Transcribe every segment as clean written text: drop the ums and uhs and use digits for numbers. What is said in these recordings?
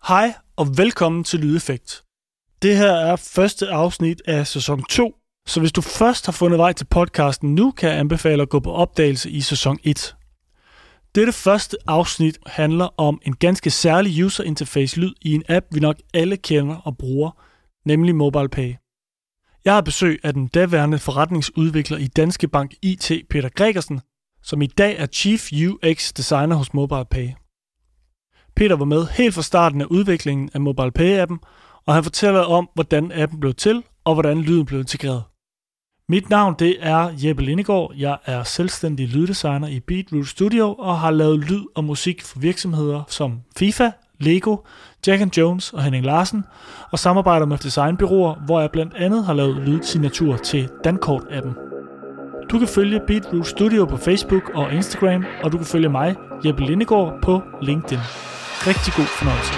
Hej og velkommen til Lydeffekt. Det her er første afsnit af sæson 2, så hvis du først har fundet vej til podcasten nu, kan jeg anbefale at gå på opdagelse i sæson 1. Dette første afsnit handler om en ganske særlig user interface lyd i en app, vi nok alle kender og bruger, nemlig MobilePay. Jeg har besøg af den daværende forretningsudvikler i Danske Bank IT, Peter Gregersen, som i dag er Chief UX Designer hos MobilePay. Peter var med helt fra starten af udviklingen af MobilePay-appen, og han fortæller om, hvordan appen blev til, og hvordan lyden blev integreret. Mit navn det er Jeppe Lindegaard. Jeg er selvstændig lyddesigner i Beatroot Studio og har lavet lyd og musik for virksomheder som FIFA, Lego, Jack & Jones og Henning Larsen, og samarbejder med designbureauer, hvor jeg blandt andet har lavet lydsignatur til Dankort-appen. Du kan følge Beatroot Studio på Facebook og Instagram, og du kan følge mig, Jeppe Lindegaard, på LinkedIn. Rigtig god fornøjelse.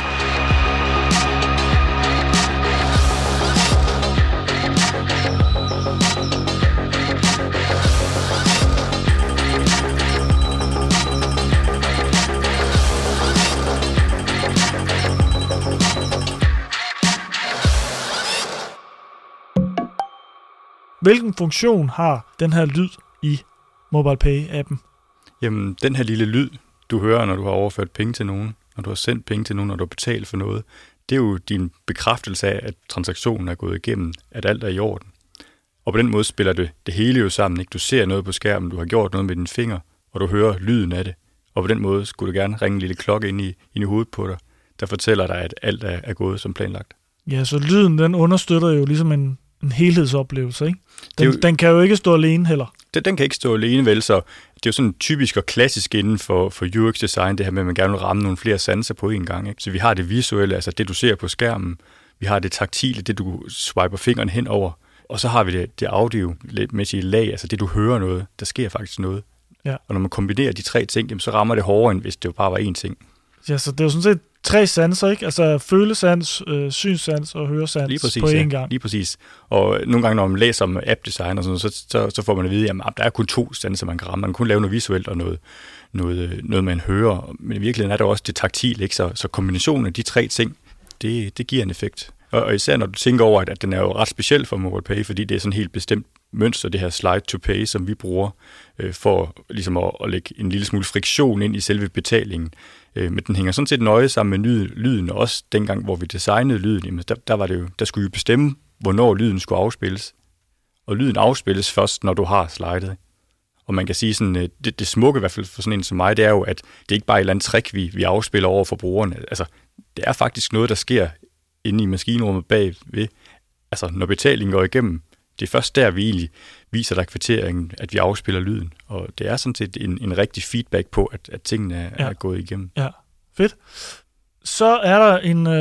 Hvilken funktion har den her lyd i MobilePay-appen? Jamen, den her lille lyd, du hører, når du har overført penge til nogen, når du har sendt penge til nogen, når du har betalt for noget, det er jo din bekræftelse af, at transaktionen er gået igennem, at alt er i orden. Og på den måde spiller det hele jo sammen. Ikke? Du ser noget på skærmen, du har gjort noget med dine fingre, og du hører lyden af det. Og på den måde skulle du gerne ringe en lille klokke ind i hovedet på dig, der fortæller dig, at alt er gået som planlagt. Ja, så lyden den understøtter jo ligesom en helhedsoplevelse, ikke? Den kan jo ikke stå alene heller. Den kan ikke stå alene, vel, så det er jo sådan typisk og klassisk inden for UX-design, det her med, at man gerne vil ramme nogle flere sanser på en gang. Ikke? Så vi har det visuelle, altså det, du ser på skærmen. Vi har det taktile, det, du swiper fingeren hen over. Og så har vi det audiomæssige lag, altså det, du hører noget. Der sker faktisk noget. Ja. Og når man kombinerer de tre ting, jamen, så rammer det hårdere, end hvis det jo bare var én ting. Ja, så det er jo sådan set 3 sanser, ikke? Altså følesans, synssans og høresans lige præcis, på én gang. Lige præcis. Og nogle gange, når man læser om app-design og sådan noget, så får man at vide, at der er kun 2 sanser, man kan ramme. Man kan kun lave noget visuelt og noget man hører. Men i virkeligheden er der også det taktile, ikke? Så kombinationen af de 3 ting, det giver en effekt. Og især når du tænker over, at den er jo ret speciel for MobilePay, fordi det er sådan et helt bestemt mønster, det her slide to pay, som vi bruger for ligesom at lægge en lille smule friktion ind i selve betalingen. Men den hænger sådan set nøje sammen med lyden, og også dengang, hvor vi designede lyden, jamen der skulle vi bestemme, hvornår lyden skulle afspilles. Og lyden afspilles først, når du har slidet. Og man kan sige sådan, det smukke i hvert fald for sådan en som mig, det er jo, at det ikke bare er et eller andet trick, vi afspiller over for brugerne. Altså, det er faktisk noget, der sker inde i maskinrummet bagved. Altså, når betalingen går igennem, det er først der, vi egentlig viser dig kvitteringen, at vi afspiller lyden. Og det er sådan set en rigtig feedback på, at tingene er gået igennem. Ja, fedt. Så er der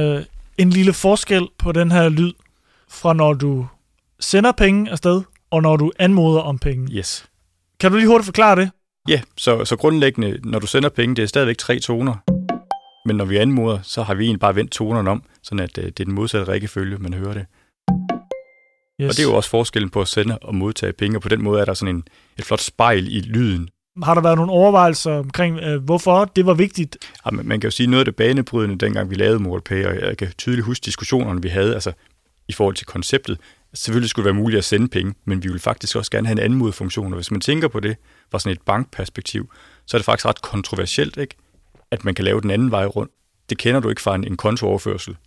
en lille forskel på den her lyd, fra når du sender penge afsted, og når du anmoder om penge. Yes. Kan du lige hurtigt forklare det? Ja, så grundlæggende, når du sender penge, det er stadigvæk 3 toner. Men når vi anmoder, så har vi egentlig bare vendt tonerne om, sådan at det er den modsatte rækkefølge, man hører det. Yes. Og det er jo også forskellen på at sende og modtage penge, og på den måde er der sådan et flot spejl i lyden. Har der været nogle overvejelser omkring, hvorfor det var vigtigt? Ja, man kan jo sige noget af det banebrydende, dengang vi lavede MobilePay, og jeg kan tydeligt huske diskussionerne, vi havde, altså i forhold til konceptet. Selvfølgelig skulle det være muligt at sende penge, men vi vil faktisk også gerne have en anmodefunktion, og hvis man tænker på det fra sådan et bankperspektiv, så er det faktisk ret kontroversielt, ikke? At man kan lave den anden vej rundt. Det kender du ikke fra en kontooverførsel.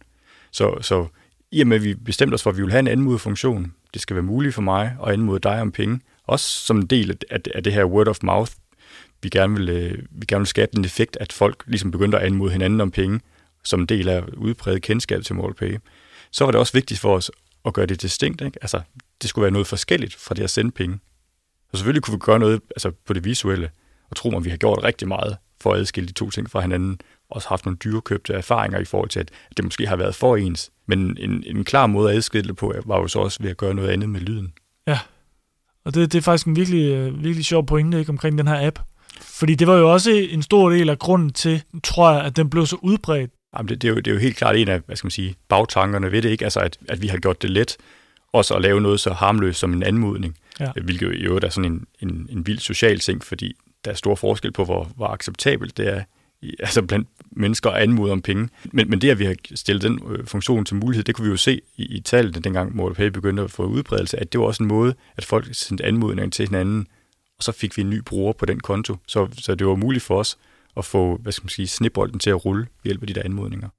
Så i og med, at vi bestemte os for, at vi vil have en anmodefunktion, det skal være muligt for mig at anmode dig om penge, også som en del af det her word of mouth. Vi gerne vil skabe den effekt, at folk ligesom begynder at anmode hinanden om penge, som en del af udbredt kendskab til MobilePay. Så var det også vigtigt for os at gøre det distinkt, ikke? Altså, det skulle være noget forskelligt fra det at sende penge. Og selvfølgelig kunne vi gøre noget altså på det visuelle, og tro mig, vi har gjort rigtig meget for at adskille de 2 ting fra hinanden, også haft nogle dyrekøbte erfaringer i forhold til, at det måske har været for ens. Men en klar måde at adskille det på, var jo så også ved at gøre noget andet med lyden. Ja, og det er faktisk en virkelig sjov pointe, ikke, omkring den her app. Fordi det var jo også en stor del af grunden til, tror jeg, at den blev så udbredt. Jamen det er jo helt klart en af, bagtankerne ved det, ikke? Altså, at vi har gjort det let, også at lave noget så harmløst som en anmodning. Ja. Hvilket jo er sådan en vild social ting, fordi der er stor forskel på, hvor acceptabelt det er altså blandt mennesker og anmode om penge. Men det, at vi har stillet den funktion til mulighed, det kunne vi jo se i tallene, dengang MobilePay begyndte at få udbredelse, at det var også en måde, at folk sendte anmodninger til hinanden, og så fik vi en ny bruger på den konto. Så det var muligt for os at få, snibbolden til at rulle ved hjælp af de der anmodninger.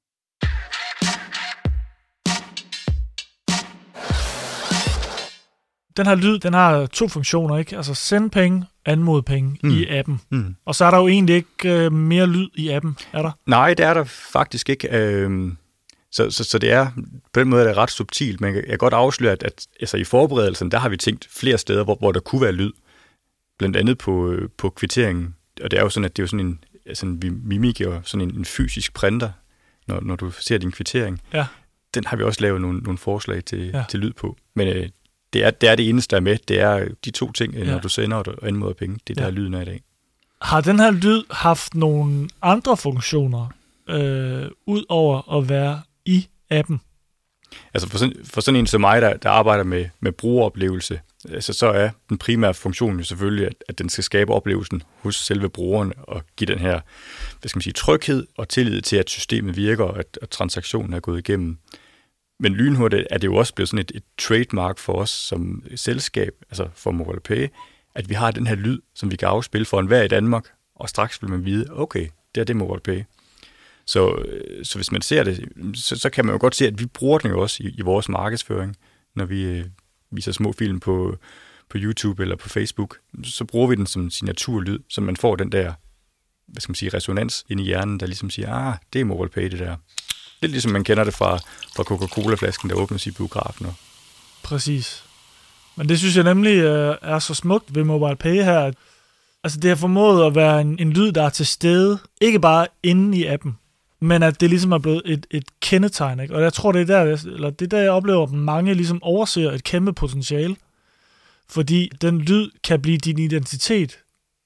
Den her lyd, den har 2 funktioner, ikke? Altså send penge, anmode penge i appen. Og så er der jo egentlig ikke mere lyd i appen, er der? Nej, det er der faktisk ikke. Så det er, på den måde er det ret subtilt, men jeg kan godt afsløre, at altså i forberedelsen, der har vi tænkt flere steder, hvor der kunne være lyd. Blandt andet på kvitteringen. Og det er jo sådan, at det er jo sådan en vi mimikker sådan en fysisk printer, når du ser din kvittering. Ja. Den har vi også lavet nogle forslag til lyd på. Men det er det eneste, der er med. Det er de 2 ting, når du sender og anmoder penge. Det er der lyden af i dag. Har den her lyd haft nogle andre funktioner, ud over at være i appen? Altså for sådan en som mig, der arbejder med brugeroplevelse, altså så er den primære funktion jo selvfølgelig, at den skal skabe oplevelsen hos selve brugeren og give den her, tryghed og tillid til, at systemet virker og at transaktionen er gået igennem. Men lynhurtigt er det jo også blevet sådan et trademark for os som selskab, altså for MobilePay, at vi har den her lyd, som vi kan afspille for enhver i Danmark, og straks vil man vide, okay, det er MobilePay. Så hvis man ser det, så kan man jo godt se, at vi bruger den jo også i vores markedsføring, når vi viser små film på YouTube eller på Facebook, så bruger vi den som signaturlyd, så man får den der, resonans ind i hjernen, der ligesom siger, det er MobilePay, det der. Lidt ligesom man kender det fra Coca-Cola-flasken, der åbnes i biografen. Præcis. Men det synes jeg nemlig er så smukt ved MobilePay her. Altså det har formået at være en lyd, der er til stede, ikke bare inde i appen, men at det ligesom er blevet et kendetegn. Ikke? Og jeg tror, det er der, jeg oplever, at mange ligesom overser et kæmpe potentiale. Fordi den lyd kan blive din identitet,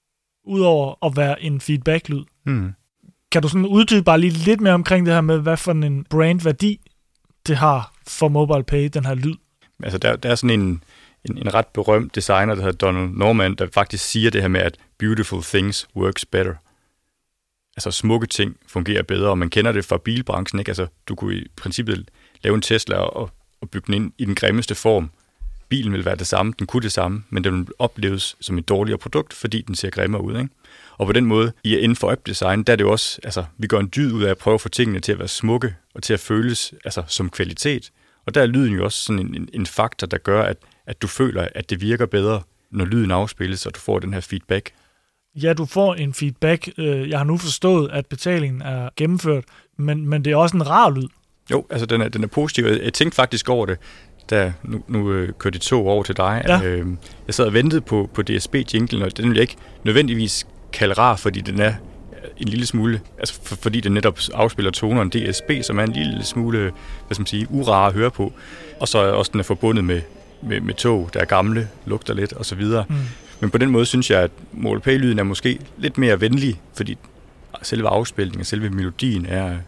udover at være en feedback-lyd. Kan du sådan uddybe bare lige lidt mere omkring det her med, hvad for en brandværdi det har for MobilePay, den her lyd? Altså der er sådan en ret berømt designer, der hedder Donald Norman, der faktisk siger det her med, at beautiful things works better. Altså smukke ting fungerer bedre, og man kender det fra bilbranchen, ikke? Altså du kunne i princippet lave en Tesla og bygge den ind i den grimmeste form. Bilen vil være det samme, den kunne det samme, men den vil opleves som et dårligere produkt, fordi den ser grimmere ud, ikke? Og på den måde, inden for app-design, der er det jo også, altså vi gør en dyd ud af at prøve at få tingene til at være smukke, og til at føles som kvalitet. Og der er lyden jo også sådan en faktor, der gør, at du føler, at det virker bedre, når lyden afspilles, og du får den her feedback. Ja, du får en feedback. Jeg har nu forstået, at betalingen er gennemført, men det er også en rar lyd. Jo, altså den er positiv. Jeg tænkte faktisk over det, da nu kørte de 2 over til dig. Ja. Jeg sad og ventede på DSB-jinglen, og den vil jeg ikke nødvendigvis kalde rar, fordi den er en lille smule, altså fordi den netop afspiller toneren DSB, som er en lille smule, urare at høre på. Og så også den er forbundet med tog, der er gamle, lugter lidt og så videre. Men på den måde synes jeg, at MobilePay-lyden er måske lidt mere venlig, fordi selve afspilningen og selve melodien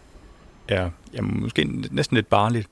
er måske næsten lidt barnligt.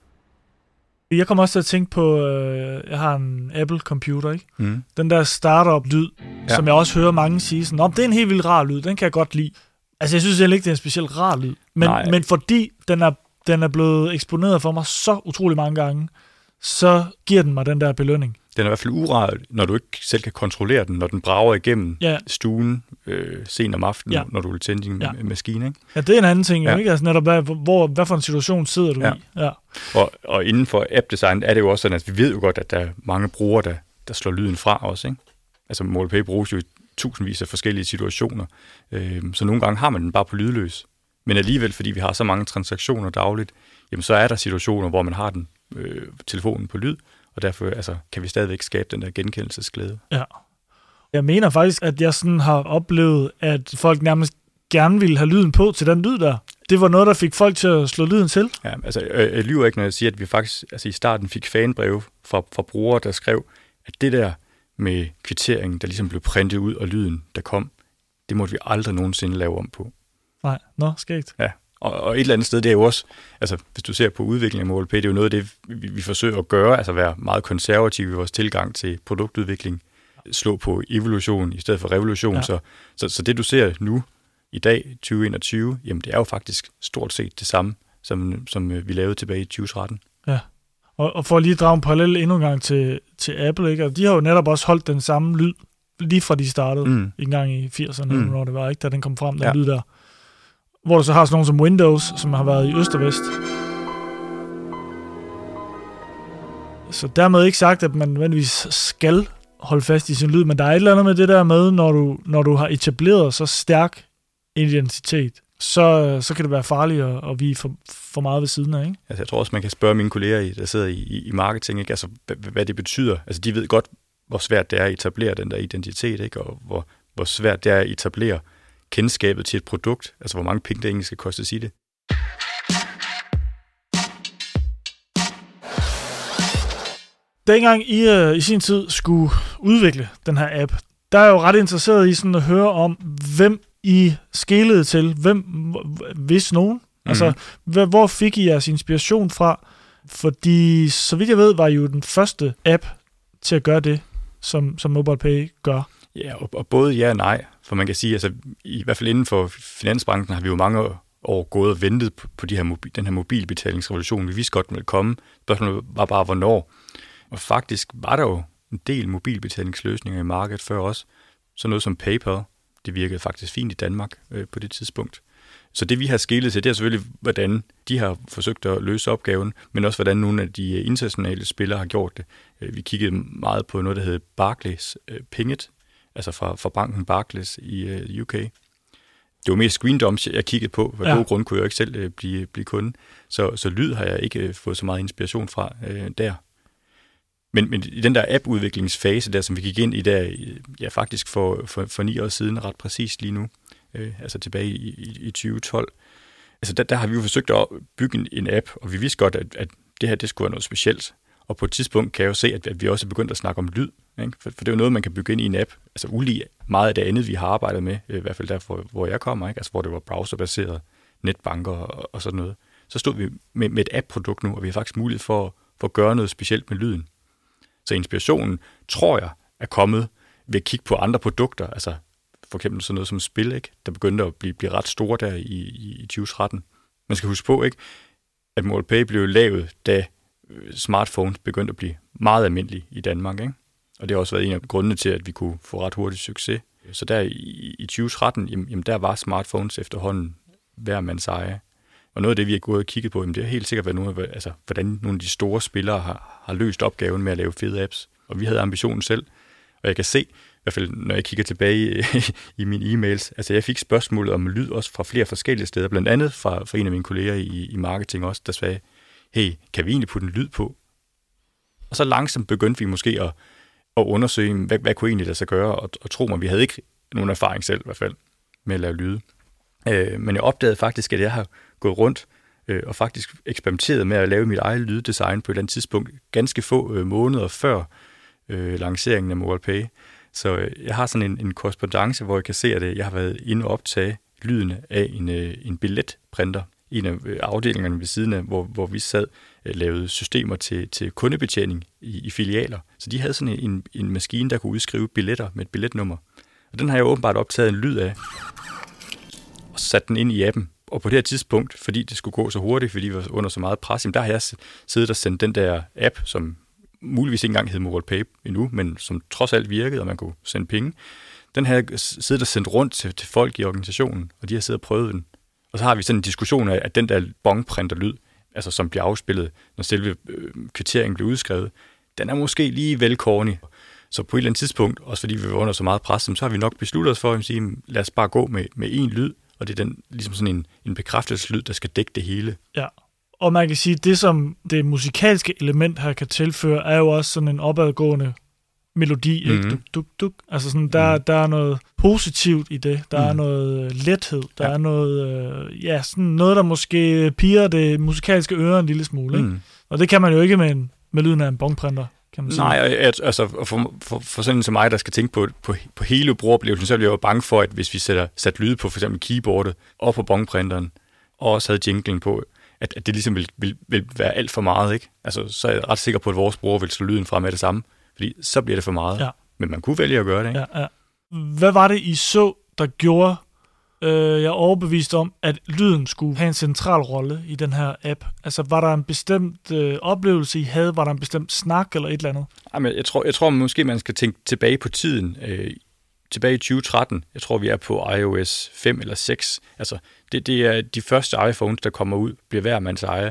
Jeg kommer også til at tænke på, jeg har en Apple-computer, ikke? Den der startup-lyd, som jeg også hører mange sige sådan, det er en helt vildt rar lyd, den kan jeg godt lide. Altså jeg synes heller ikke, det er en specielt rar lyd, men fordi den er blevet eksponeret for mig så utrolig mange gange, så giver den mig den der belønning. Den er i hvert fald urar, når du ikke selv kan kontrollere den, når den brager igennem stuen sent om aftenen, når du vil tænde din maskine. Ikke? Ja, det er en anden ting, jo, ikke? Altså netop, hvad for en situation sidder du i? Ja. Og inden for app-design er det jo også sådan, at vi ved jo godt, at der er mange brugere, der slår lyden fra os. Ikke? Altså MobilePay bruges jo i tusindvis af forskellige situationer, så nogle gange har man den bare på lydløs. Men alligevel, fordi vi har så mange transaktioner dagligt, jamen, så er der situationer, hvor man har den telefonen på lyd, og derfor kan vi stadigvæk skabe den der genkendelsesglæde. Ja. Jeg mener faktisk, at jeg sådan har oplevet, at folk nærmest gerne ville have lyden på til den lyd der. Det var noget, der fik folk til at slå lyden til. Ja, jeg lyver ikke, når jeg siger, at vi faktisk i starten fik fanbreve fra brugere, der skrev, at det der med kvitteringen, der ligesom blev printet ud, og lyden, der kom, det måtte vi aldrig nogensinde lave om på. Nej, skægt. Ja. Og et eller andet sted, det er jo også, altså hvis du ser på udviklingen af MobilePay, det er jo noget af det, vi forsøger at gøre, altså være meget konservative i vores tilgang til produktudvikling, slå på evolution i stedet for revolution. Ja. Så det, du ser nu i dag, 2021, jamen det er jo faktisk stort set det samme, som vi lavede tilbage i 2013. Ja, og for at lige drage en parallel endnu en gang til Apple, ikke? Og de har jo netop også holdt den samme lyd, lige fra de startede, en gang i 80'erne, når det var, ikke, da den kom frem, den lyd der. Hvor du så har sådan nogle som Windows, som har været i øst og vest. Så dermed ikke sagt, at man nødvendigvis skal holde fast i sin lyd, men der er et eller andet med det der med, når du har etableret så stærk identitet, så kan det være farligt at vige for meget ved siden af, ikke? Altså, jeg tror også, man kan spørge mine kolleger, der sidder i marketing, ikke? Altså, hvad det betyder. Altså, de ved godt, hvor svært det er at etablere den der identitet, ikke? Og hvor svært det er at etablere kendskabet til et produkt. Altså, hvor mange penge det egentlig skal koste at sige det. Dengang I sin tid skulle udvikle den her app, der er jeg jo ret interesseret i sådan at høre om, hvem I skelede til, hvis nogen. Altså, hvor fik I jeres inspiration fra? Fordi, så vidt jeg ved, var I jo den første app til at gøre det, som MobilePay gør. Ja, og både ja og nej. For man kan sige, altså i hvert fald inden for finansbranchen har vi jo mange år gået og ventet på den her mobilbetalingsrevolution. Vi vidste godt, den ville komme. Spørgsmålet var bare, hvornår. Og faktisk var der jo en del mobilbetalingsløsninger i markedet før os. Sådan noget som PayPal. Det virkede faktisk fint i Danmark på det tidspunkt. Så det vi har skelet til, det er selvfølgelig, hvordan de har forsøgt at løse opgaven, men også hvordan nogle af de internationale spillere har gjort det. Vi kiggede meget på noget, der hedder Barclays Pinget, altså fra banken Barclays i UK. Det var mest screendoms, jeg kiggede på. Af gode grunde kunne jeg ikke selv blive kunde. Så lyd har jeg ikke fået så meget inspiration fra der. Men i den der app-udviklingsfase, der som vi gik ind i der, ja faktisk for 9 år siden, ret præcist lige nu, altså tilbage i 2012, altså der har vi jo forsøgt at bygge en app, og vi vidste godt, at det her, det skulle være noget specielt. Og på et tidspunkt kan jeg jo se, at vi også er begyndt at snakke om lyd, ikke? For det er jo noget, man kan bygge ind i en app, altså ulig meget af det andet, vi har arbejdet med, i hvert fald der, hvor jeg kommer, ikke? Altså hvor det var browserbaseret, netbanker og sådan noget. Så stod vi med et app-produkt nu, og vi har faktisk mulighed for at gøre noget specielt med lyden. Så inspirationen, tror jeg, er kommet ved at kigge på andre produkter, altså for eksempel sådan noget som spil, ikke? Der begyndte at blive ret store der i 2013. Man skal huske på, ikke, at MobilePay blev lavet, da smartphones begyndte at blive meget almindelige i Danmark, ikke? Og det har også været en af grundene til, at vi kunne få ret hurtig succes. Så der i 2013, jamen der var smartphones efterhånden hver mands eje. Og noget af det, vi har gået og kigget på, jamen det har helt sikkert været noget af, altså, hvordan nogle af de store spillere har løst opgaven med at lave fede apps. Og vi havde ambitionen selv. Og jeg kan se, i hvert fald når jeg kigger tilbage i mine e-mails, altså jeg fik spørgsmålet om lyd også fra flere forskellige steder, blandt andet fra en af mine kolleger i marketing også, der sagde, hey, kan vi egentlig putte en lyd på? Og så langsomt begyndte vi måske at undersøge, hvad kunne egentlig lade sig gøre, og tro mig, vi havde ikke nogen erfaring selv i hvert fald med at lave lyde. Men jeg opdagede faktisk, at jeg har gået rundt og faktisk eksperimenteret med at lave mit eget lyddesign på et eller andet tidspunkt, ganske få måneder før lanceringen af MobilePay. Så jeg har sådan en korrespondance, hvor jeg kan se, at jeg har været inde og optage lyden af en billetprinter. En af afdelingerne ved siden af, hvor vi sad, lavede systemer til kundebetjening i filialer. Så de havde sådan en maskine, der kunne udskrive billetter med et billetnummer. Og den har jeg åbenbart optaget en lyd af, og sat den ind i appen. Og på det her tidspunkt, fordi det skulle gå så hurtigt, fordi vi var under så meget pres, der har jeg siddet og sendt den der app, som muligvis ikke engang hed MobilePay endnu, men som trods alt virkede, og man kunne sende penge. Den har jeg siddet og sendt rundt til folk i organisationen, og de har siddet og prøvet den. Og så har vi sådan en diskussion af, at den der bongprinter-lyd, altså som bliver afspillet, når selve kvitteringen bliver udskrevet, den er måske lige vel corny. Så på et eller andet tidspunkt, også fordi vi var under så meget pres, så har vi nok besluttet os for at sige, lad os bare gå med én lyd, og det er den, ligesom sådan en bekræftelseslyd, der skal dække det hele. Ja, og man kan sige, at det som det musikalske element her kan tilføre, er jo også sådan en opadgående melodi, ikke? Duk, duk, duk. Altså sådan, der er noget positivt i det. Der er noget lethed. Der er noget, sådan noget, der måske piger det musikalske øre en lille smule, ikke? Og det kan man jo ikke med lyden af en bongprinter, kan man sige. Nej, altså for sådan en som mig, der skal tænke på hele brugeroplevelsen, så bliver jeg jo bange for, at hvis vi sat lyde på for eksempel keyboardet og på bongprinteren, og også havde jinglen på, at det ligesom vil være alt for meget, ikke? Altså, så er jeg ret sikker på, at vores bruger vil slå lyden fra med det samme, fordi så bliver det for meget. Ja. Men man kunne vælge at gøre det, ikke? Ja. Hvad var det, I så, der gjorde, Jeg er overbevist om, at lyden skulle have en central rolle i den her app. Altså, var der en bestemt oplevelse, I havde? Var der en bestemt snak eller et eller andet? Jamen, jeg tror måske, man skal tænke tilbage på tiden. Tilbage i 2013, jeg tror, vi er på iOS 5 eller 6. Altså, det er de første iPhones, der kommer ud, bliver hver mands eje.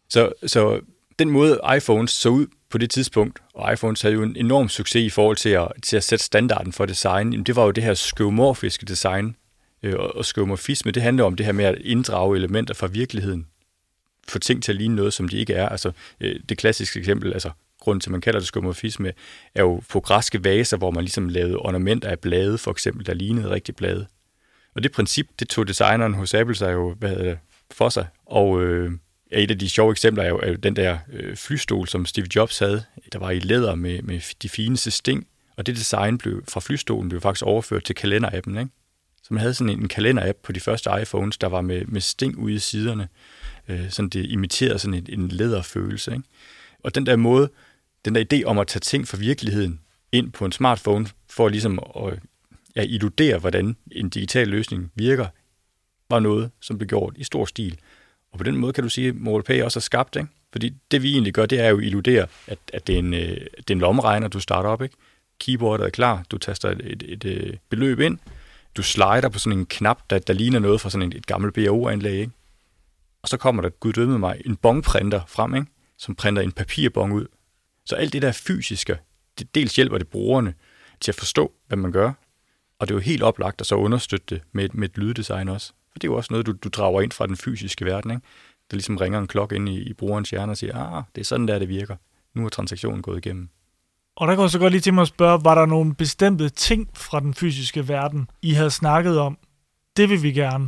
Så den måde, iPhones så ud på det tidspunkt, og iPhones havde jo en enorm succes i forhold til at sætte standarden for design, det var jo det her skeuomorfiske design. Og skeuomorfisme, det handler om det her med at inddrage elementer fra virkeligheden. Få ting til at ligne noget, som de ikke er. Altså, det klassiske eksempel, altså grunden til, at man kalder det skeuomorfisme, er jo på græske vaser, hvor man ligesom lavede ornamenter af blade, for eksempel, der lignede rigtig blade. Og det princip, det tog designeren hos Apple sig jo for sig. Og et af de sjove eksempler er jo den der flystol, som Steve Jobs havde, der var i læder med de fineste sting. Og det design fra flystolen blev faktisk overført til kalenderappen, ikke? Så man havde sådan en kalenderapp på de første iPhones, der var med sting ude i siderne. Sådan det imiterede sådan en læderfølelse, ikke? Og den der måde, den der idé om at tage ting fra virkeligheden ind på en smartphone, for ligesom at illudere, hvordan en digital løsning virker, var noget, som blev gjort i stor stil. Og på den måde kan du sige, at MobilePay også er skabt, ikke? Fordi det vi egentlig gør, det er jo at illudere, at det er en lommeregner, du starter op, ikke? Keyboardet er klar, du taster et beløb ind, du slider på sådan en knap, der ligner noget fra sådan et gammelt BAO-anlæg, ikke? Og så kommer der, guddømme mig, en bongprinter frem, ikke? Som printer en papirbong ud. Så alt det der fysiske, det dels hjælper det brugerne til at forstå, hvad man gør, og det er jo helt oplagt at så understøtte det med et lyddesign også. For det er jo også noget, du drager ind fra den fysiske verden, ikke? Der ligesom ringer en klokke ind i brugerens hjerne og siger, det er sådan der, det virker. Nu er transaktionen gået igennem. Og der kan jeg så godt lige til mig at spørge, var der nogle bestemte ting fra den fysiske verden, I havde snakket om? Det vil vi gerne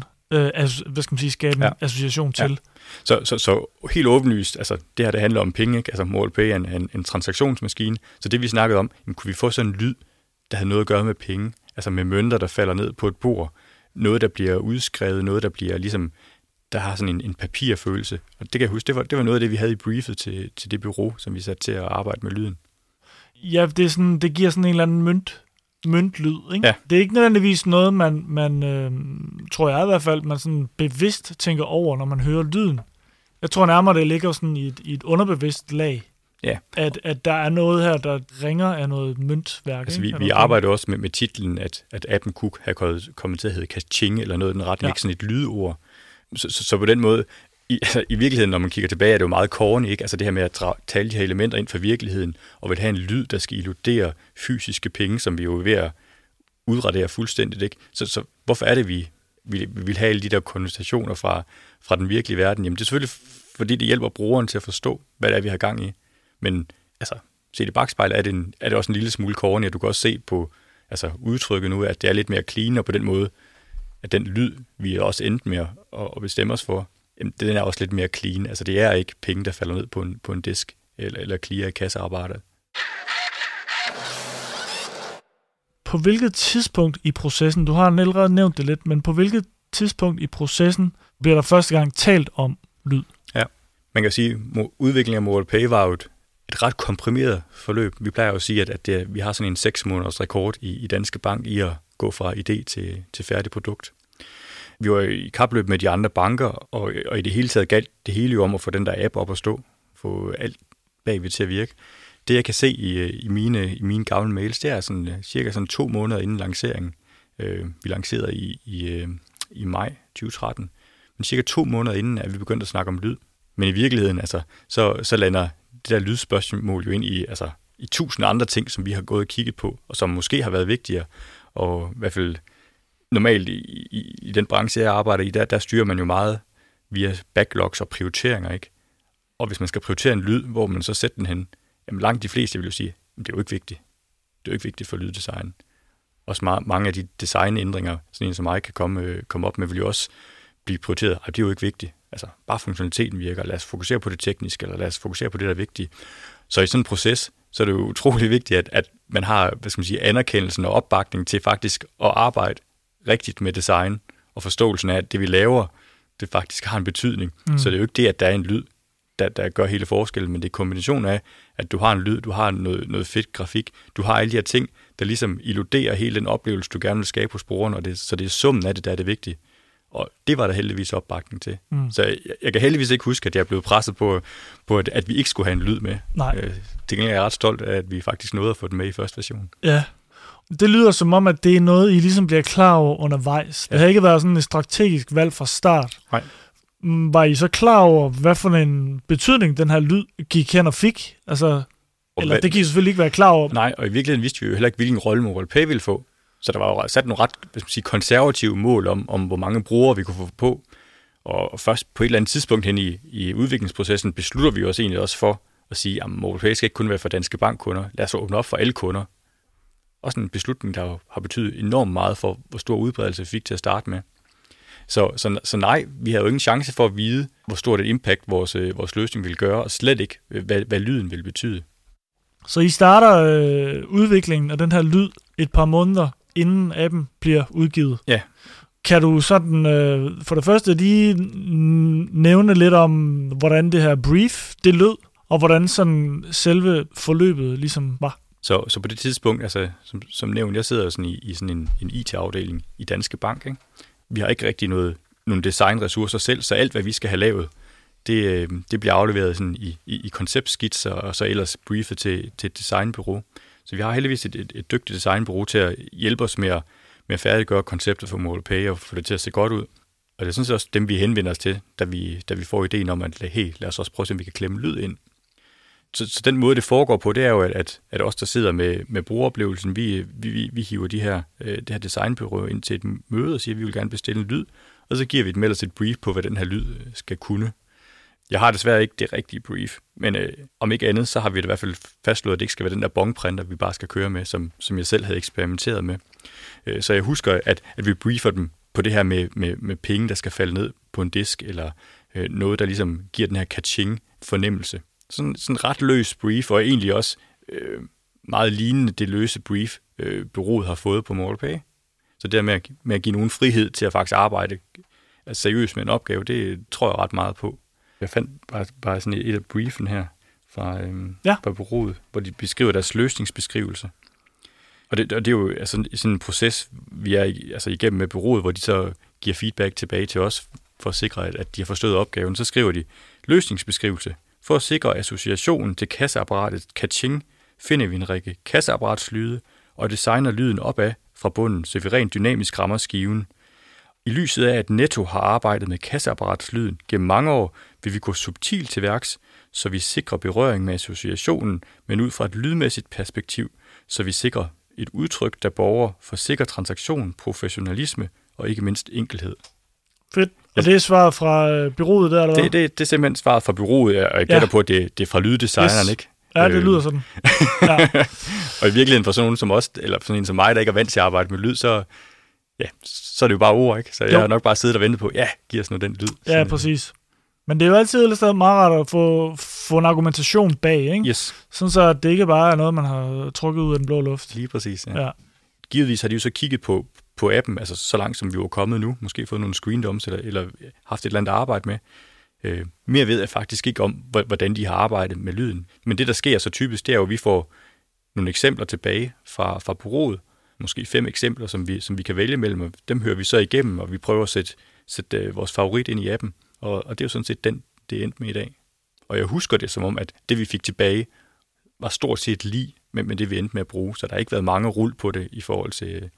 skabe en association til. Ja. Så helt åbenlyst, altså det her, det handler om penge, ikke? Altså MobilePay er en transaktionsmaskine, så det vi snakkede om, kunne vi få sådan en lyd, der havde noget at gøre med penge, altså med mønter, der falder ned på et bord, noget, der bliver udskrevet, noget, der bliver ligesom, der har sådan en papirfølelse. Og det kan jeg huske, det var noget af det, vi havde i briefet til det bureau, som vi satte til at arbejde med lyden. Ja, det giver sådan en eller anden møntlyd, ikke? Ja. Det er ikke nødvendigvis noget, man tror jeg i hvert fald, man sådan bevidst tænker over, når man hører lyden. Jeg tror nærmere, det ligger sådan i et underbevidst lag. Ja. At der er noget her, der ringer af noget møntværk. Altså, vi arbejder også med titlen, at appen kunne have kommet til at hedde kaching, eller noget i den retning, ikke sådan et lydord. Så på den måde, i virkeligheden, når man kigger tilbage, er det jo meget corny, ikke? Altså det her med at tale de her elementer ind fra virkeligheden, og vil have en lyd, der skal illudere fysiske penge, som vi jo er ved at udradere fuldstændigt, ikke? Så hvorfor er det, vi vil have alle de der konversationer fra den virkelige verden? Jamen det er selvfølgelig, fordi det hjælper brugeren til at forstå, hvad det er, vi har gang i. Men altså, set i bakspejlet er det også en lille smule corny, og du kan også se på udtrykket nu, at det er lidt mere clean, og på den måde, at den lyd, vi også endte med at bestemme os for, den er også lidt mere clean. Altså det er ikke penge, der falder ned på en disk, eller clear i kassearbejdet. På hvilket tidspunkt i processen, du har allerede nævnt det lidt, men på hvilket tidspunkt i processen bliver der første gang talt om lyd? Ja, man kan sige, at udviklingen af MobilePay var jo et ret komprimeret forløb. Vi plejer jo at sige, at vi har sådan en 6 måneders rekord i Danske Bank i at gå fra idé til færdig produkt. Vi var i kapløb med de andre banker, og i det hele taget galt det hele jo om at få den der app op at stå, få alt bagved til at virke. Det jeg kan se i mine gamle mails, det er sådan, cirka sådan 2 måneder inden lanceringen. Vi lancerede i maj 2013, men cirka 2 måneder inden er vi begyndt at snakke om lyd. Men i virkeligheden, så lander det der lydspørgsmål jo ind i 1000 andre ting, som vi har gået og kigget på, og som måske har været vigtigere, og i hvert fald normalt i den branche, jeg arbejder i, der styrer man jo meget via backlogs og prioriteringer, ikke? Og hvis man skal prioritere en lyd, hvor man så sætter den hen, jamen langt de fleste vil jo sige, det er jo ikke vigtigt. Det er jo ikke vigtigt for lyddesign. Også mange af de designændringer, sådan en som mig kan komme op med, vil jo også blive prioriteret. Det er jo ikke vigtigt. Altså, bare funktionaliteten virker. Lad os fokusere på det tekniske, eller lad os fokusere på det, der er vigtigt. Så i sådan en proces, så er det jo utrolig vigtigt, at man har, anerkendelsen og opbakning til faktisk at arbejde rigtigt med design, og forståelsen af, at det vi laver, det faktisk har en betydning. Så det er jo ikke det, at der er en lyd, der gør hele forskellen, men det er kombinationen af, at du har en lyd, du har noget fedt grafik, du har alle de her ting, der ligesom illuderer hele den oplevelse, du gerne vil skabe hos brugeren, så det er summen af det, der er det vigtige. Og det var der heldigvis opbakning til. Så jeg kan heldigvis ikke huske, at jeg er blevet presset på at vi ikke skulle have en lyd med. Nej. Til gengæld er jeg ret stolt af, at vi faktisk nåede at få den med i første version. Ja. Det lyder som om, at det er noget, I ligesom bliver klar over undervejs. Det har ikke været sådan et strategisk valg fra start. Nej. Var I så klar over, hvad for en betydning den her lyd gik hen og fik? Altså, eller det kan I selvfølgelig ikke være klar over. Nej, og i virkeligheden vidste vi jo heller ikke, hvilken rolle MobilePay ville få. Så der var jo sat nogle ret konservative mål om, hvor mange brugere vi kunne få på. Og først på et eller andet tidspunkt hen i udviklingsprocessen beslutter vi os egentlig også for at sige, at MobilePay skal ikke kun være for Danske Bank-kunder. Lad os åbne op for alle kunder. Også en beslutning, der jo har betydet enormt meget for, hvor stor udbredelse vi fik til at starte med. Så nej, vi havde jo ingen chance for at vide, hvor stort et impact vores løsning ville gøre, og slet ikke, hvad lyden ville betyde. Så I starter udviklingen af den her lyd et par måneder, inden appen bliver udgivet. Ja. Kan du sådan, for det første lige nævne lidt om, hvordan det her brief, det lød, og hvordan sådan selve forløbet ligesom var? Så på det tidspunkt, altså som nævnt, jeg sidder sådan i sådan en IT-afdeling i Danske Bank, ikke? Vi har ikke rigtig nogle designressourcer selv, så alt, hvad vi skal have lavet, det bliver afleveret sådan i konceptskitser, og så ellers briefet til et designbureau. Så vi har heldigvis et dygtigt designbureau til at hjælpe os med at færdiggøre konceptet for MobilePay og få det til at se godt ud. Og det er sådan set også dem, vi henvender os til, da vi får ideen om, at lad os også prøve at se, om vi kan klemme lyd ind. Så den måde, det foregår på, det er jo, at os, der sidder med brugeroplevelsen, vi hiver det her designbureau ind til et møde og siger, at vi vil gerne bestille en lyd, og så giver vi dem ellers et brief på, hvad den her lyd skal kunne. Jeg har desværre ikke det rigtige brief, men om ikke andet, så har vi i hvert fald fastslået, at det ikke skal være den der bongprinter, vi bare skal køre med, som jeg selv havde eksperimenteret med. Så jeg husker, at vi briefer dem på det her med penge, der skal falde ned på en disk, eller noget, der ligesom giver den her catching-fornemmelse. Sådan ret løs brief, og egentlig også meget lignende det løse brief, bureauet har fået på MobilePay. Så det med at give nogen frihed til at faktisk arbejde seriøst med en opgave, det tror jeg ret meget på. Jeg fandt bare sådan et af briefen her fra bureauet, hvor de beskriver deres løsningsbeskrivelse. Og det er jo altså sådan en proces, vi er igennem med bureauet, hvor de så giver feedback tilbage til os, for at sikre, at de har forstået opgaven. Så skriver de løsningsbeskrivelse. For at sikre associationen til kasseapparatet catching, finder vi en række kasseapparatslyde og designer lyden opad fra bunden, så vi rent dynamisk rammer skiven. I lyset af, at Netto har arbejdet med kasseapparatslyden gennem mange år, vil vi gå subtilt til værks, så vi sikrer berøring med associationen, men ud fra et lydmæssigt perspektiv, så vi sikrer et udtryk, der borger for sikker transaktion, professionalisme og ikke mindst enkelhed. Fedt. Og det er svaret fra bureauet der, eller hvad? Det er simpelthen svaret fra bureauet, og jeg gætter på, at det er fra lyddesigneren, ikke? Ja, det lyder sådan. Ja. Og i virkeligheden for sådan nogen som os, eller for sådan en som mig, der ikke er vant til at arbejde med lyd, så er det jo bare ord, ikke? Så jeg har nok bare siddet og ventet på, giv os nu den lyd. Ja, præcis. Men det er jo altid meget rart at få en argumentation bag, ikke? Yes. Sådan så det ikke bare er noget, man har trukket ud af den blå luft. Lige præcis, ja. Givetvis har de jo så kigget på appen, altså så langt som vi var kommet nu, måske fået nogle screendumps, eller haft et eller andet at arbejde med. Mere ved jeg faktisk ikke om, hvordan de har arbejdet med lyden. Men det, der sker så typisk, det er jo, at vi får nogle eksempler tilbage fra bureauet. Måske 5 eksempler, som vi kan vælge mellem, og dem hører vi så igennem, og vi prøver at sætte vores favorit ind i appen. Og det er jo sådan set det endte med i dag. Og jeg husker det som om, at det, vi fik tilbage, var stort set lige med det, vi endte med at bruge. Så der har ikke været mange rul på det i forhold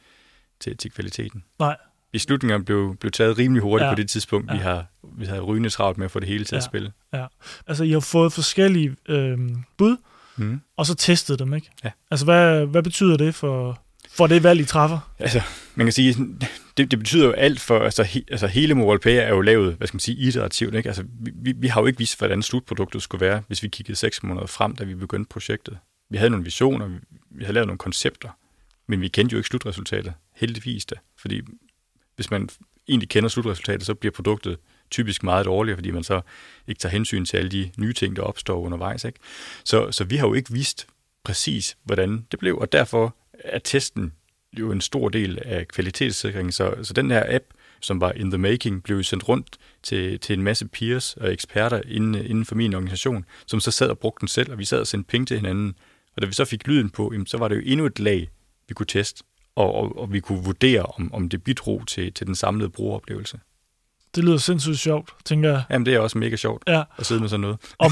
til kvaliteten. Nej. Beslutningerne blev taget rimelig hurtigt på det tidspunkt. Vi havde rygende travlt med at få det hele til at spille. Ja. Altså, I har fået forskellige bud, og så testet dem, ikke? Ja. Altså, hvad betyder det for det valg, I træffer? Altså, man kan sige, det betyder jo alt for, altså hele MobilePay er jo lavet, hvad skal man sige, iterativt, ikke? Altså, vi har jo ikke vidst, hvordan slutproduktet skulle være, hvis vi kiggede 6 måneder frem, da vi begyndte projektet. Vi havde nogle visioner, vi havde lavet nogle koncepter, men vi kendte jo ikke slutresultatet, heldigvis da, fordi hvis man egentlig kender slutresultatet, så bliver produktet typisk meget dårligere, fordi man så ikke tager hensyn til alle de nye ting, der opstår undervejs, ikke? Så vi har jo ikke vidst præcis, hvordan det blev, og derfor er testen jo en stor del af kvalitetssikringen. Så den her app, som var in the making, blev sendt rundt til en masse peers og eksperter inden for min organisation, som så sad og brugte den selv, og vi sad og sendte penge til hinanden. Og da vi så fik lyden på, så var det jo endnu et lag, vi kunne teste, og vi kunne vurdere, om det bidrog til den samlede brugeroplevelse. Det lyder sindssygt sjovt, tænker jeg. Jamen, det er også mega sjovt at sidde med sådan noget. Og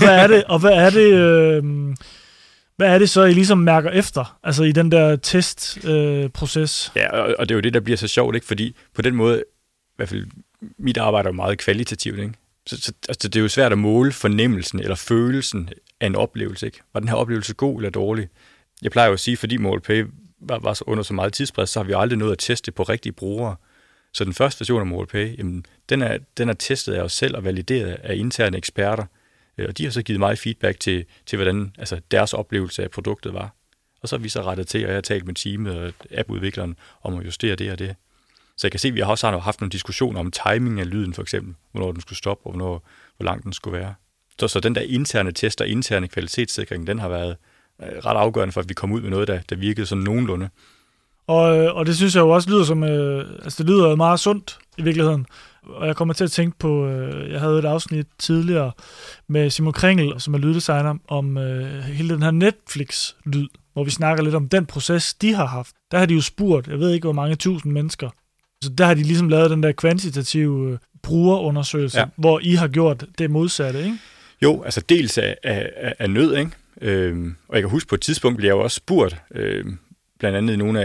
hvad er det så, I ligesom mærker efter, altså i den der testproces? Ja, og det er jo det, der bliver så sjovt, ikke? Fordi på den måde, i hvert fald mit arbejde er jo meget kvalitativt, ikke? Så altså, det er jo svært at måle fornemmelsen eller følelsen af en oplevelse, ikke? Var den her oplevelse god eller dårlig? Jeg plejer jo at sige, fordi MobilePay var under så meget tidspres, så har vi aldrig nået at teste på rigtige brugere. Så den første version af MobilePay, jamen, den er testet af os selv og valideret af interne eksperter. Og de har så givet mig feedback til hvordan altså deres oplevelse af produktet var. Og så har vi så rettet til, og jeg har talt med teamet og appudvikleren om at justere det og det. Så jeg kan se, at vi har også haft nogle diskussioner om timing af lyden, for eksempel. Hvornår den skulle stoppe, og hvor lang den skulle være. Så den der interne test og interne kvalitetssikring, den har været ret afgørende for, at vi kom ud med noget, der virkede sådan nogenlunde. Og det synes jeg jo også lyder som, det lyder meget sundt i virkeligheden. Og jeg kommer til at tænke på, jeg havde et afsnit tidligere med Simon Kringel, som er lyddesigner, om hele den her Netflix-lyd, hvor vi snakker lidt om den proces, de har haft. Der har de jo spurgt, jeg ved ikke, hvor mange tusind mennesker. Så der har de ligesom lavet den der kvantitative brugerundersøgelse, hvor I har gjort det modsatte, ikke? Jo, altså dels af nød, ikke? Og jeg kan huske på et tidspunkt, blev jeg jo også spurgt, blandt andet nogle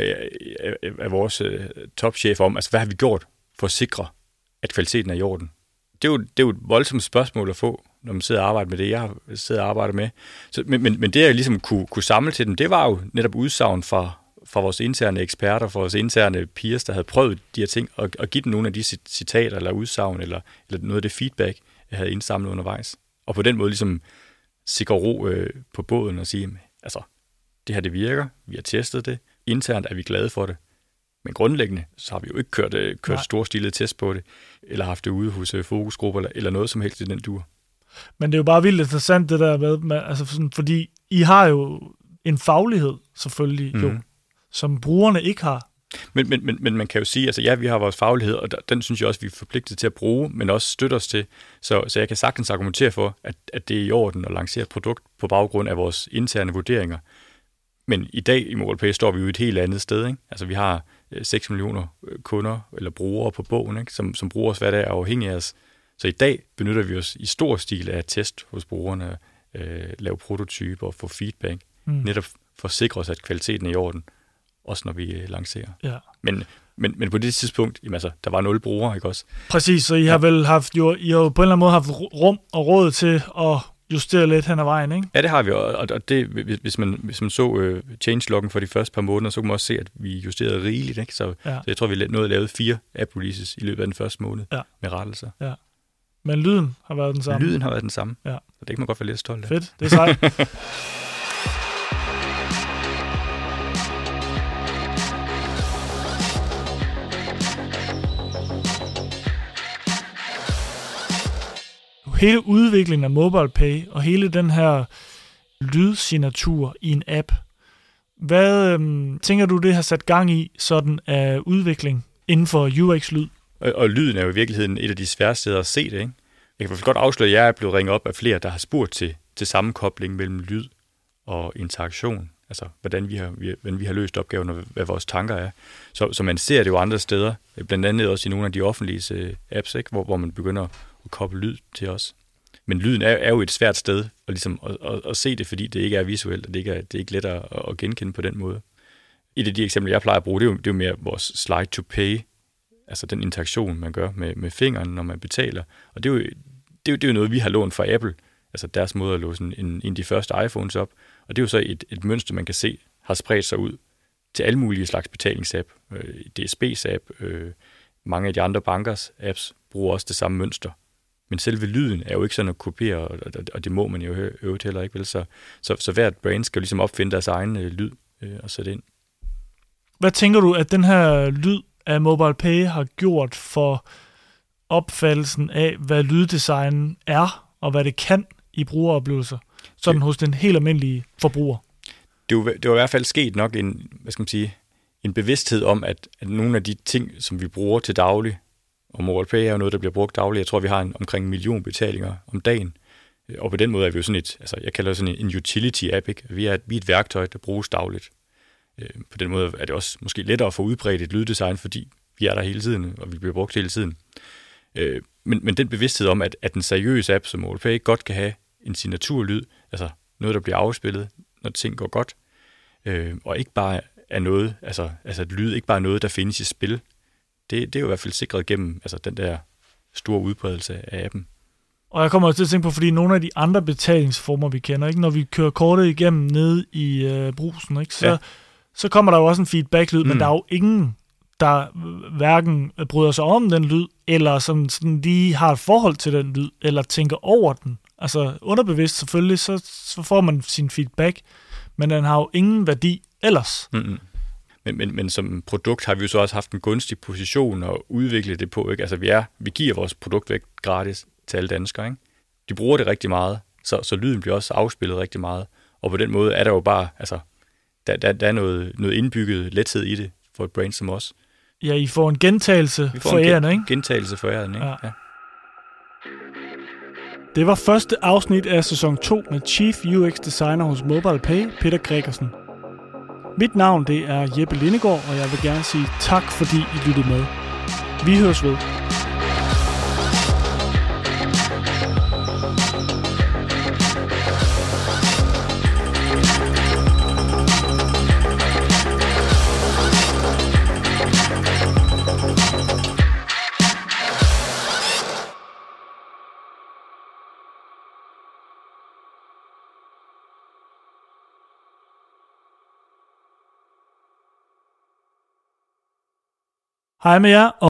af vores topchefer om, altså hvad har vi gjort for at sikre, at kvaliteten er i orden? Det er jo et voldsomt spørgsmål at få, når man sidder og arbejder med det, jeg sidder og arbejder med. Så, men det, jeg ligesom kunne samle til dem, det var jo netop udsagn fra vores interne eksperter, fra vores interne peers, der havde prøvet de her ting, og give dem nogle af de citater eller udsagn, eller noget af det feedback, jeg havde indsamlet undervejs. Og på den måde ligesom sikre ro på båden og sige, altså, det her det virker, vi har testet det, internt er vi glade for det, men grundlæggende, så har vi jo ikke kørt storstilede test på det, eller haft det ude hos fokusgrupper, eller noget som helst i den dur. Men det er jo bare vildt interessant det der med altså sådan, fordi I har jo en faglighed, selvfølgelig jo, som brugerne ikke har. Men man kan jo sige, altså ja, vi har vores faglighed, og den synes jeg også, vi er forpligtet til at bruge, men også støtte os til. Så jeg kan sagtens argumentere for, at det er i orden at lancere et produkt på baggrund af vores interne vurderinger. Men i dag i MobilePay står vi jo et helt andet sted, ikke? Altså vi har 6 millioner kunder eller brugere på bogen, ikke? Som bruger os hver dag er afhængige af os. Så i dag benytter vi os i stor stil af test hos brugerne, lave prototyper og få feedback, netop for at sikre os, at kvaliteten er i orden, også når vi lancerer. Ja. Men på det tidspunkt, jamen altså, der var 0 brugere, ikke også? Præcis, så I har vel haft I har jo på en eller anden måde haft rum og råd til at justere lidt hen ad vejen, ikke? Ja, det har vi, og det, hvis man så changeloggen for de første par måneder, så kunne man også se, at vi justerede rigeligt, ikke? Så jeg tror, vi nåede at lave 4 app-releases i løbet af den første måned med rettelser. Ja. Men lyden har været den samme? Lyden har været den samme, så det kan man godt være lidt stolt af. Fedt, det er sejt. Hele udviklingen af MobilePay og hele den her lydsignatur i en app, hvad tænker du, det har sat gang i sådan af udvikling inden for UX-lyd? Og lyden er jo i virkeligheden et af de sværeste steder at se det, ikke? Jeg kan godt afsløre, at jeg er blevet ringet op af flere, der har spurgt til sammenkobling mellem lyd og interaktion. Altså, hvordan vi har løst opgaven, og hvad vores tanker er. Så man ser det jo andre steder, blandt andet også i nogle af de offentlige apps, ikke? Hvor man begynder at koble lyd til os. Men lyden er jo et svært sted at se det, fordi det ikke er visuelt, og det er ikke let at genkende på den måde. Et af de eksempler, jeg plejer at bruge, det er jo mere vores slide to pay, altså den interaktion, man gør med fingeren, når man betaler. Og det er jo noget, vi har lånt fra Apple, altså deres måde at låse en af de første iPhones op. Og det er jo så et mønster, man kan se, har spredt sig ud til alle mulige slags betalingsapp. DSB's app, mange af de andre bankers apps bruger også det samme mønster. Men selve lyden er jo ikke sådan at kopiere, og det må man jo øvrigt heller ikke, vel? Så hvert brand skal jo ligesom opfinde deres egen lyd og sætte ind. Hvad tænker du, at den her lyd af MobilePay har gjort for opfattelsen af, hvad lyddesign er, og hvad det kan i brugeroplevelser, sådan hos den helt almindelige forbruger? Det var i hvert fald sket nok en bevidsthed om, at nogle af de ting, som vi bruger til daglig, og MobilePay er jo noget, der bliver brugt dagligt. Jeg tror, vi har omkring 1 million betalinger om dagen. Og på den måde er vi jo sådan jeg kalder det sådan en utility-app, ikke? Vi er et værktøj, der bruges dagligt. På den måde er det også måske lettere at få udbredt et lyddesign, fordi vi er der hele tiden, og vi bliver brugt hele tiden. Men den bevidsthed om, at en seriøs app som MobilePay godt kan have en signaturlyd, altså noget, der bliver afspillet, når ting går godt, og ikke bare er noget, altså et lyd ikke bare er noget, der findes i spil. Det er jo i hvert fald sikret gennem den der store udbredelse af appen. Og jeg kommer til at tænke på, fordi nogle af de andre betalingsformer, vi kender, ikke, når vi kører kortet igennem ned i brusen, ikke, så kommer der jo også en feedback-lyd, men der er jo ingen, der hverken bryder sig om den lyd, eller sådan lige har et forhold til den lyd, eller tænker over den. Altså underbevidst selvfølgelig, så får man sin feedback, men den har jo ingen værdi ellers. Mm-hmm. Men som produkt har vi jo så også haft en gunstig position at udvikle det på, ikke? Altså vi giver vores produkt væk gratis til alle danskere, ikke? De bruger det rigtig meget, så lyden bliver også afspillet rigtig meget, og på den måde er der jo bare, der er noget indbygget lethed i det for et brand som os. Ja, I får en gentagelse for ærende, ikke? Gentagelse for ærende, ikke? Ja. Det var første afsnit af sæson 2 med Chief UX Designer hos MobilePay, Peter Gregersen. Mit navn det er Jeppe Lindegaard, og jeg vil gerne sige tak, fordi I lyttede med. Vi høres ved. Hej med jer.